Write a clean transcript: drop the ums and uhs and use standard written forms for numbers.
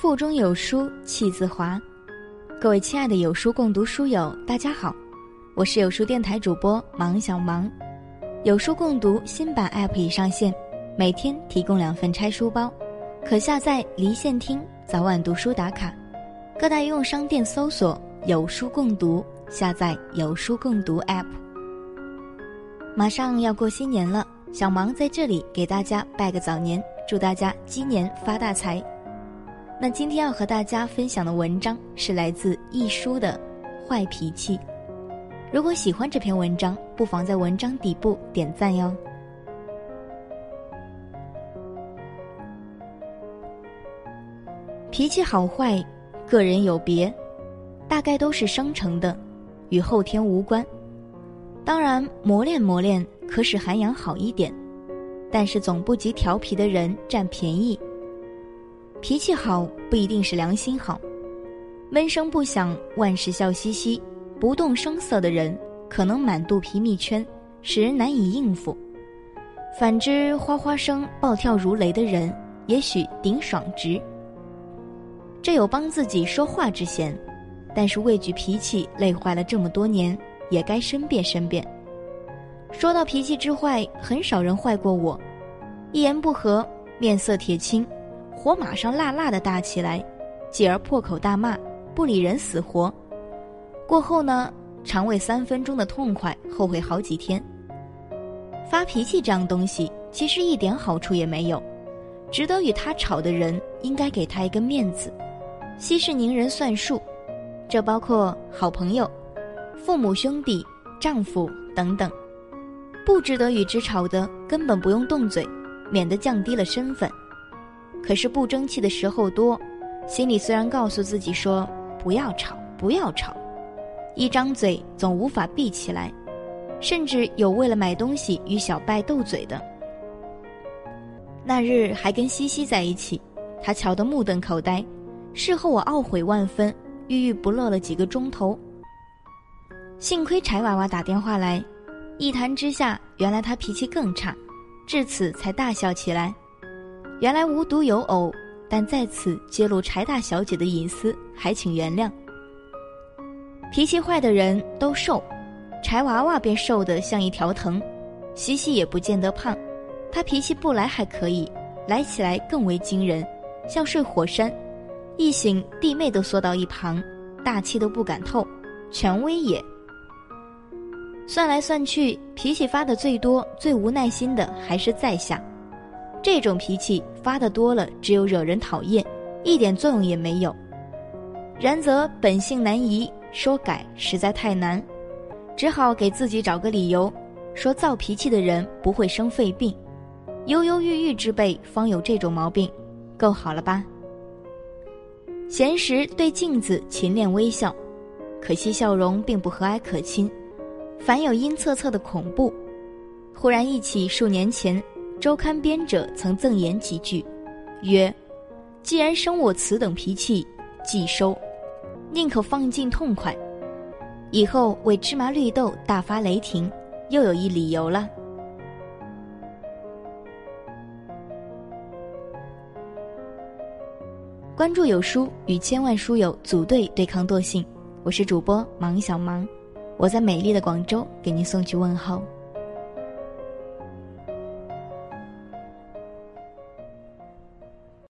腹中有书气自华。各位亲爱的有书共读书友，大家好，我是有书电台主播芒小芒。有书共读新版 App 已上线，每天提供2份拆书包，可下载离线听，早晚读书打卡。各大应用商店搜索有书共读，下载有书共读 App。 马上要过新年了，小芒在这里给大家拜个早年，祝大家鸡年发大财。那今天要和大家分享的文章是来自一书的坏脾气。如果喜欢这篇文章，不妨在文章底部点赞哟。脾气好坏个人有别，大概都是生成的，与后天无关。当然磨练可使涵养好一点，但是总不及调皮的人占便宜。脾气好不一定是良心好，闷声不响，万事笑嘻嘻，不动声色的人可能满肚皮密圈，使人难以应付。反之花花声暴跳如雷的人，也许顶爽直。这有帮自己说话之嫌，但是畏惧脾气累坏了这么多年，也该申辩申辩。说到脾气之坏，很少人坏过我。一言不合，面色铁青，火马上辣辣地大起来，继而破口大骂，不理人死活。过后呢，常为3分钟的痛快后悔好几天。发脾气这样东西其实一点好处也没有，值得与他吵的人应该给他一个面子，息事宁人算数，这包括好朋友、父母兄弟、丈夫等等。不值得与之吵的根本不用动嘴，免得降低了身份。可是不争气的时候多，心里虽然告诉自己说不要吵不要吵，一张嘴总无法闭起来，甚至有为了买东西与小拜斗嘴的。那日还跟西西在一起，他瞧得目瞪口呆，事后我懊悔万分，郁郁不乐了几个钟头。幸亏柴娃娃打电话来，一谈之下，原来他脾气更差，至此才大笑起来。原来无独有偶，但在此揭露柴大小姐的隐私，还请原谅。脾气坏的人都瘦，柴娃娃便瘦得像一条藤，西西也不见得胖，她脾气不来还可以，来起来更为惊人，像睡火山，一醒弟妹都缩到一旁，大气都不敢透，权威也。算来算去，脾气发的最多最无耐心的还是在下。这种脾气发得多了，只有惹人讨厌，一点作用也没有。然则本性难移，说改实在太难，只好给自己找个理由，说躁脾气的人不会生肺病，忧忧郁郁之辈方有这种毛病，够好了吧？闲时对镜子勤练微笑，可惜笑容并不和蔼可亲，反有阴恻恻的恐怖。忽然忆起数年前周刊编者曾赠言几句，曰：既然生我此等脾气，既收，宁可放尽痛快。以后为芝麻绿豆大发雷霆，又有一理由了。关注有书，与千万书友组队对抗惰性。我是主播芒小芒，我在美丽的广州给您送去问候。